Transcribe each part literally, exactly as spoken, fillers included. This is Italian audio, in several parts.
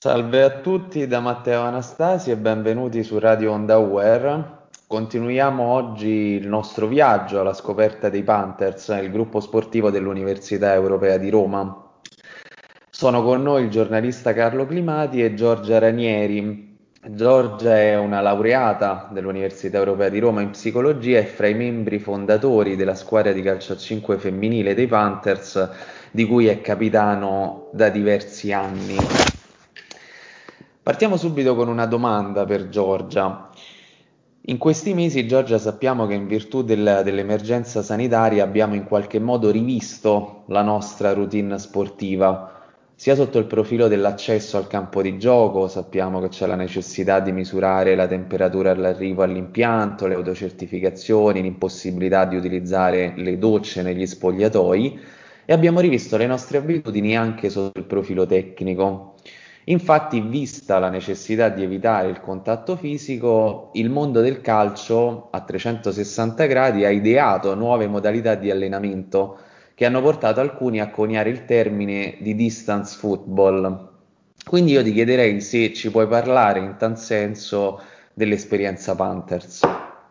Salve a tutti da Matteo Anastasi e benvenuti su Radio Onda Aware. Continuiamo oggi il nostro viaggio alla scoperta dei Panthers, il gruppo sportivo dell'Università Europea di Roma. Sono con noi il giornalista Carlo Climati e Giorgia Ranieri. Giorgia è una laureata dell'Università Europea di Roma in psicologia e fra i membri fondatori della squadra di calcio a cinque femminile dei Panthers, di cui è capitano da diversi anni. Partiamo subito con una domanda per Giorgia. In questi mesi, Giorgia, sappiamo che in virtù del- dell'emergenza sanitaria abbiamo in qualche modo rivisto la nostra routine sportiva, sia sotto il profilo dell'accesso al campo di gioco, sappiamo che c'è la necessità di misurare la temperatura all'arrivo all'impianto, le autocertificazioni, l'impossibilità di utilizzare le docce negli spogliatoi e abbiamo rivisto le nostre abitudini anche sotto il profilo tecnico. Infatti, vista la necessità di evitare il contatto fisico, il mondo del calcio a trecentosessanta gradi ha ideato nuove modalità di allenamento che hanno portato alcuni a coniare il termine di distance football. Quindi io ti chiederei se ci puoi parlare in tal senso dell'esperienza Panthers.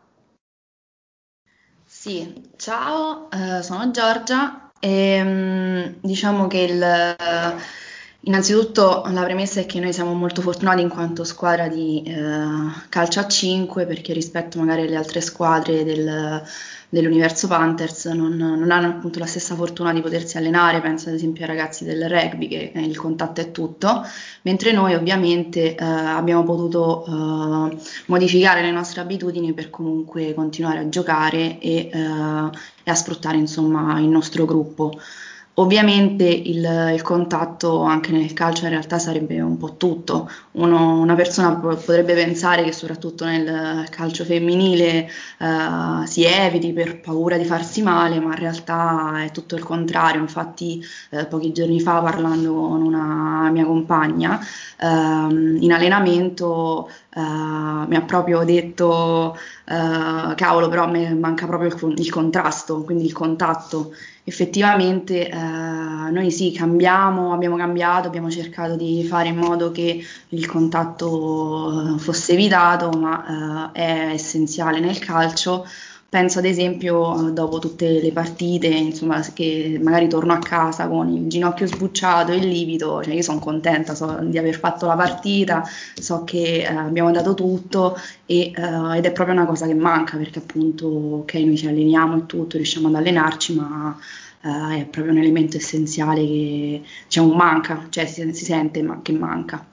Sì, ciao, eh, sono Giorgia e mm, diciamo che il, eh, innanzitutto la premessa è che noi siamo molto fortunati in quanto squadra di eh, calcio a cinque perché rispetto magari alle altre squadre del- dell'universo Panthers non, non hanno appunto la stessa fortuna di potersi allenare, penso ad esempio ai ragazzi del rugby che eh, il contatto è tutto, mentre noi ovviamente eh, abbiamo potuto eh, modificare le nostre abitudini per comunque continuare a giocare e, eh, e a sfruttare insomma il nostro gruppo. Ovviamente il, il contatto anche nel calcio in realtà sarebbe un po' tutto. Uno- una persona po- potrebbe pensare che soprattutto nel calcio femminile eh, si eviti per paura di farsi male, ma in realtà è tutto il contrario. Infatti, eh, pochi giorni fa parlando con una mia compagna ehm, in allenamento eh, mi ha proprio detto eh, cavolo, però a me manca proprio il, con- il contrasto, quindi il contatto. Effettivamente eh, noi sì, cambiamo, abbiamo cambiato, abbiamo cercato di fare in modo che il contatto eh, fosse evitato, ma eh, è essenziale nel calcio. Penso ad esempio, eh, dopo tutte le partite, insomma, che magari torno a casa con il ginocchio sbucciato e livido, cioè io sono contenta, so di aver fatto la partita, so che eh, abbiamo dato tutto e, eh, ed è proprio una cosa che manca perché appunto, ok, noi ci alleniamo e tutto, riusciamo ad allenarci, ma eh, è proprio un elemento essenziale che c'è un manca, cioè si, si sente ma che manca.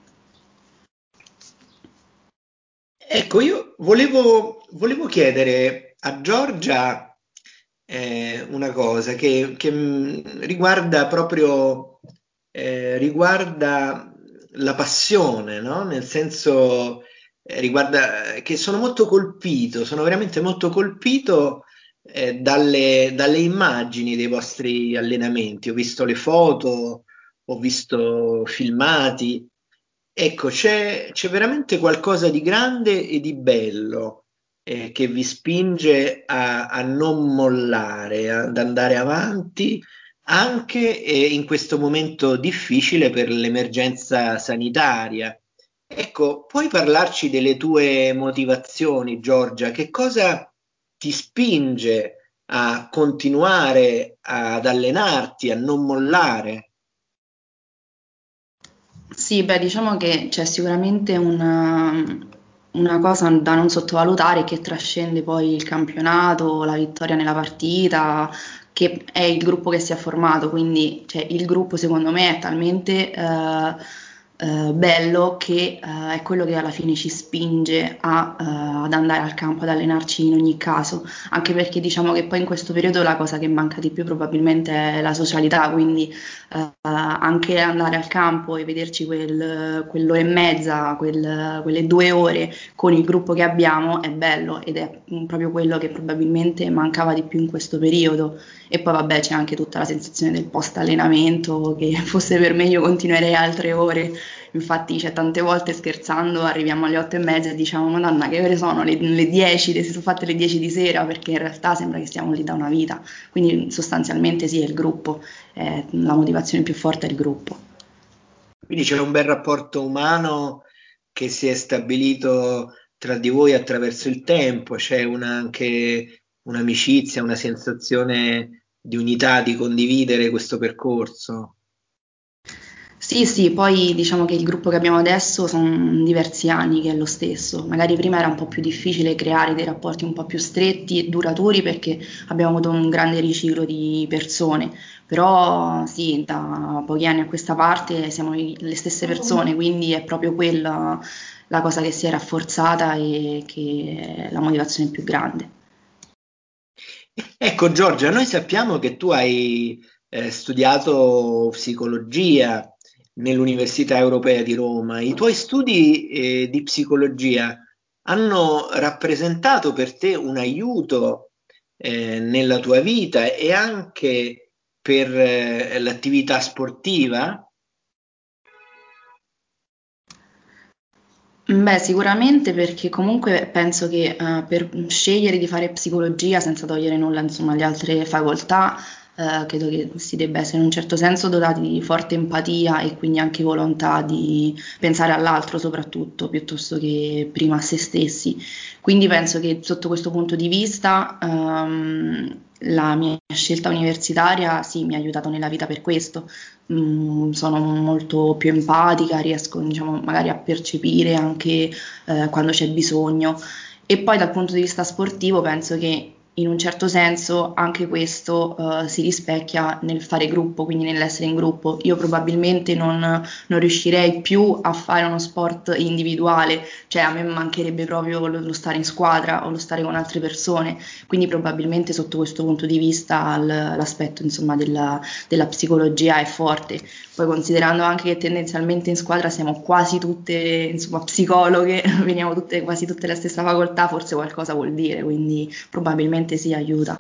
Ecco, io volevo, volevo chiedere a Giorgia eh, una cosa che, che, mh, riguarda proprio eh, riguarda la passione, no? Nel senso, eh, riguarda che sono molto colpito, sono veramente molto colpito eh, dalle, dalle immagini dei vostri allenamenti. Ho visto le foto, ho visto filmati. Ecco, c'è c'è veramente qualcosa di grande e di bello eh, che vi spinge a, a non mollare, ad andare avanti anche eh, in questo momento difficile per l'emergenza sanitaria. Ecco, puoi parlarci delle tue motivazioni, Giorgia? Che cosa ti spinge a continuare ad allenarti, a non mollare? Sì, beh, diciamo che c'è sicuramente una, una cosa da non sottovalutare che trascende poi il campionato, la vittoria nella partita, che è il gruppo che si è formato, quindi cioè, il gruppo secondo me è talmente eh, eh, bello che eh, è quello che alla fine ci spinge a, eh, ad andare al campo, ad allenarci in ogni caso, anche perché diciamo che poi in questo periodo la cosa che manca di più probabilmente è la socialità, quindi eh, anche andare al campo e vederci quel, quell'ora e mezza, quel- quelle due ore con il gruppo che abbiamo è bello ed è mm, proprio quello che probabilmente mancava di più in questo periodo. E poi vabbè c'è anche tutta la sensazione del post allenamento che fosse per me io continuerei altre ore. Infatti c'è tante volte scherzando arriviamo alle otto e mezza e diciamo Madonna che ore sono? Le, le dieci, le- si sono fatte le dieci di sera perché in realtà sembra che stiamo lì da una vita. Quindi sostanzialmente sì, è il gruppo, è la motivazione più forte è il gruppo. Quindi c'è un bel rapporto umano che si è stabilito tra di voi attraverso il tempo, c'è una- anche un'amicizia, una sensazione di unità, di condividere questo percorso. Sì, sì, poi diciamo che il gruppo che abbiamo adesso sono diversi anni che è lo stesso. Magari prima era un po' più difficile creare dei rapporti un po' più stretti e duraturi perché abbiamo avuto un grande riciclo di persone, però sì, da pochi anni a questa parte siamo i- le stesse persone, quindi è proprio quella la cosa che si è rafforzata e che è la motivazione più grande. Ecco, Giorgia, noi sappiamo che tu hai eh, studiato psicologia nell'Università Europea di Roma. I tuoi studi eh, di psicologia hanno rappresentato per te un aiuto eh, nella tua vita e anche per eh, l'attività sportiva? Beh, sicuramente perché comunque penso che eh, per scegliere di fare psicologia senza togliere nulla, insomma, alle altre facoltà, eh, credo che si debba essere in un certo senso dotati di forte empatia e quindi anche volontà di pensare all'altro soprattutto, piuttosto che prima a se stessi. Quindi penso che sotto questo punto di vista, ehm, la mia scelta universitaria sì, mi ha aiutato nella vita per questo. Mm, sono molto più empatica, riesco, diciamo, magari a percepire anche eh, quando c'è bisogno. E poi dal punto di vista sportivo penso che in un certo senso anche questo eh, si rispecchia nel fare gruppo, quindi nell'essere in gruppo. Io probabilmente non, non riuscirei più a fare uno sport individuale, cioè a me mancherebbe proprio lo, lo stare in squadra o lo stare con altre persone, quindi probabilmente sotto questo punto di vista l- l'aspetto insomma della della psicologia è forte. Poi considerando anche che tendenzialmente in squadra siamo quasi tutte, insomma, psicologhe, veniamo tutte, quasi tutte la stessa facoltà, forse qualcosa vuol dire, quindi probabilmente sì, aiuta.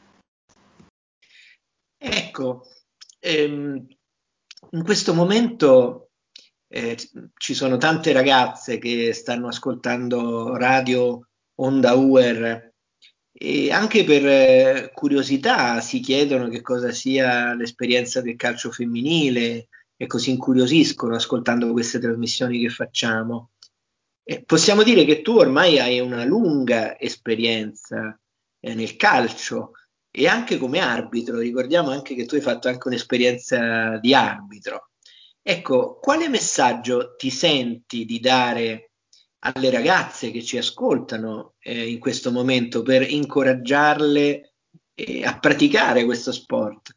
Ecco, ehm, in questo momento eh, ci sono tante ragazze che stanno ascoltando radio Onda U R e anche per eh, curiosità si chiedono che cosa sia l'esperienza del calcio femminile e così incuriosiscono ascoltando queste trasmissioni che facciamo. E possiamo dire che tu ormai hai una lunga esperienza eh, nel calcio e anche come arbitro. Ricordiamo anche che tu hai fatto anche un'esperienza di arbitro. Ecco, quale messaggio ti senti di dare alle ragazze che ci ascoltano eh, in questo momento per incoraggiarle eh, a praticare questo sport?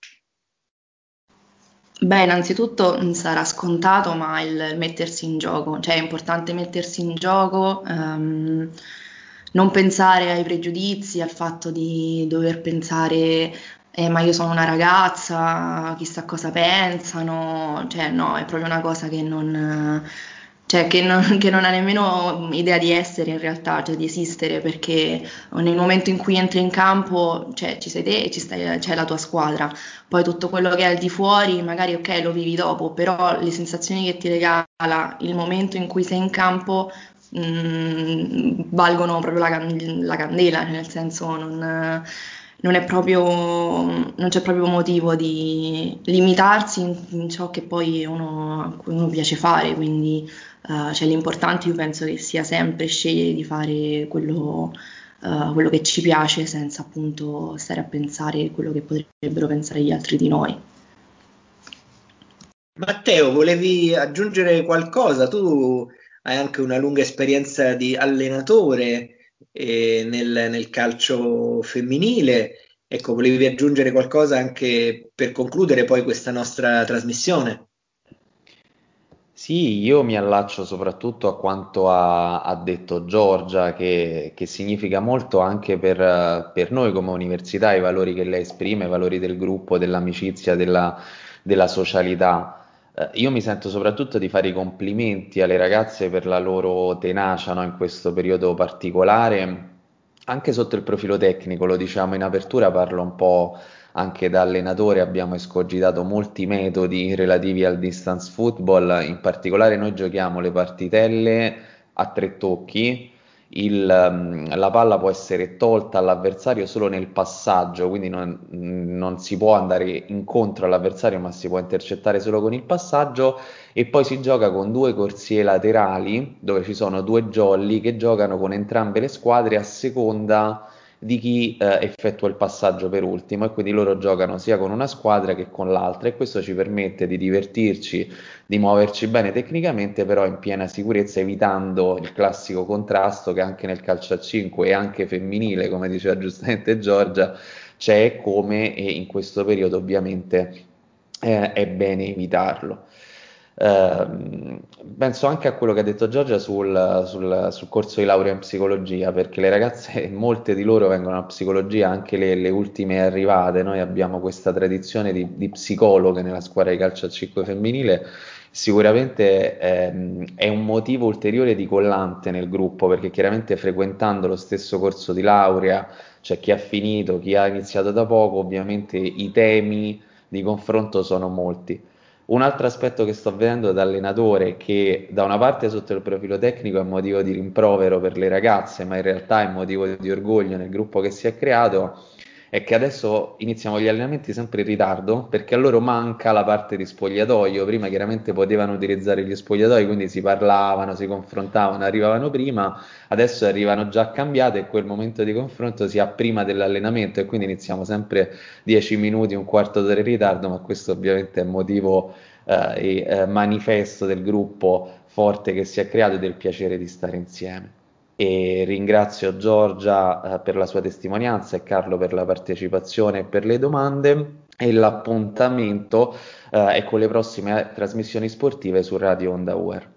Beh, innanzitutto mh, sarà scontato, ma il, il mettersi in gioco, cioè è importante mettersi in gioco, ehm, non pensare ai pregiudizi, al fatto di dover pensare, eh, ma io sono una ragazza, chissà cosa pensano, cioè no, è proprio una cosa che non, cioè, che non, che non ha nemmeno idea di essere in realtà, cioè di esistere, perché nel momento in cui entri in campo, cioè, ci sei te e ci stai- c'è la tua squadra. Poi tutto quello che è al di fuori, magari ok, lo vivi dopo, però le sensazioni che ti regala il momento in cui sei in campo mh, valgono proprio la, can- la candela, cioè nel senso non, non è proprio, non c'è proprio motivo di limitarsi in, in ciò che poi uno, a cui uno piace fare, quindi eh, cioè, l'importante io penso che sia sempre scegliere di fare quello eh, quello che ci piace senza appunto stare a pensare quello che potrebbero pensare gli altri di noi. Matteo, volevi aggiungere qualcosa? Tu hai anche una lunga esperienza di allenatore eh, nel, nel calcio femminile. Ecco, volevi aggiungere qualcosa anche per concludere poi questa nostra trasmissione? Sì, io mi allaccio soprattutto a quanto ha, ha detto Giorgia, che, che significa molto anche per, eh, per noi come università, i valori che lei esprime, i valori del gruppo, dell'amicizia, della, della socialità. Eh, io mi sento soprattutto di fare i complimenti alle ragazze per la loro tenacia, no, in questo periodo particolare, anche sotto il profilo tecnico, lo diciamo in apertura, parlo un po' anche da allenatore, abbiamo escogitato molti metodi relativi al distance football, in particolare noi giochiamo le partitelle a tre tocchi il, um, la palla può essere tolta all'avversario solo nel passaggio, quindi non, non si può andare incontro all'avversario, ma si può intercettare solo con il passaggio. E poi si gioca con due corsie laterali, dove ci sono due jolly che giocano con entrambe le squadre a seconda di chi eh, effettua il passaggio per ultimo, e quindi loro giocano sia con una squadra che con l'altra, e questo ci permette di divertirci, di muoverci bene tecnicamente, però in piena sicurezza, evitando il classico contrasto che anche nel calcio a cinque e anche femminile, come diceva giustamente Giorgia, c'è, come, e in questo periodo ovviamente eh, è bene evitarlo. Eh, penso anche a quello che ha detto Giorgia sul, sul- sul corso di laurea in psicologia, perché le ragazze, molte di loro vengono a psicologia, anche le, le ultime arrivate. Noi abbiamo questa tradizione di, di psicologhe nella squadra di calcio a cinque femminile. Sicuramente ehm, è un motivo ulteriore di collante nel gruppo, perché chiaramente frequentando lo stesso corso di laurea, c'è chi ha finito, chi ha iniziato da poco, ovviamente i temi di confronto sono molti. Un altro aspetto che sto vedendo da allenatore, che da una parte sotto il profilo tecnico è motivo di rimprovero per le ragazze, ma in realtà è motivo di orgoglio nel gruppo che si è creato, è che adesso iniziamo gli allenamenti sempre in ritardo, perché a loro manca la parte di spogliatoio. Prima chiaramente potevano utilizzare gli spogliatoi, quindi si parlavano, si confrontavano, arrivavano prima. Adesso arrivano già cambiate, e quel momento di confronto si ha prima dell'allenamento, e quindi iniziamo sempre dieci minuti, un quarto d'ora in ritardo, ma questo ovviamente è motivo eh, e eh, manifesto del gruppo forte che si è creato e del piacere di stare insieme. E ringrazio Giorgia eh, per la sua testimonianza e Carlo per la partecipazione e per le domande, e l'appuntamento eh, è con le prossime trasmissioni sportive su Radio Onda U R.